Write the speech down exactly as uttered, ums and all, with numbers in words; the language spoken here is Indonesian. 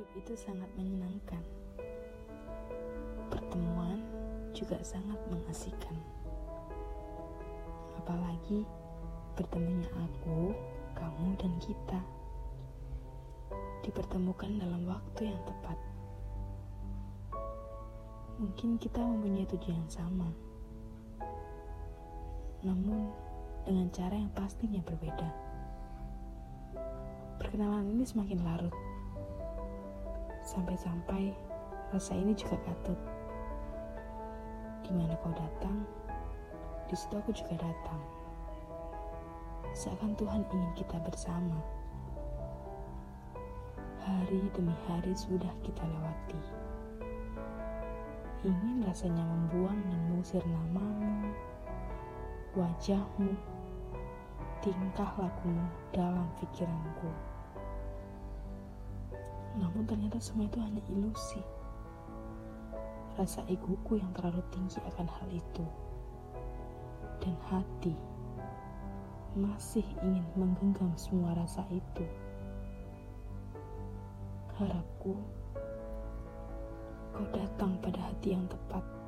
itu sangat menyenangkan. Pertemuan juga sangat mengasihkan. Apalagi bertemunya aku, kamu, dan kita. Dipertemukan dalam waktu yang tepat. Mungkin kita mempunyai tujuan yang sama. Namun dengan cara yang pastinya berbeda. Perkenalan ini semakin larut. Sampai-sampai rasa ini juga katut. Di mana kau datang, di situ aku juga datang. Seakan Tuhan ingin kita bersama. Hari demi hari sudah kita lewati. Ingin rasanya membuang dan mengusir namamu, wajahmu, tingkah lakumu dalam pikiranku. Namun ternyata semua itu hanya ilusi. Rasa egoku yang terlalu tinggi akan hal itu. Dan hati masih ingin menggenggam semua rasa itu. Harapku kau datang pada hati yang tepat.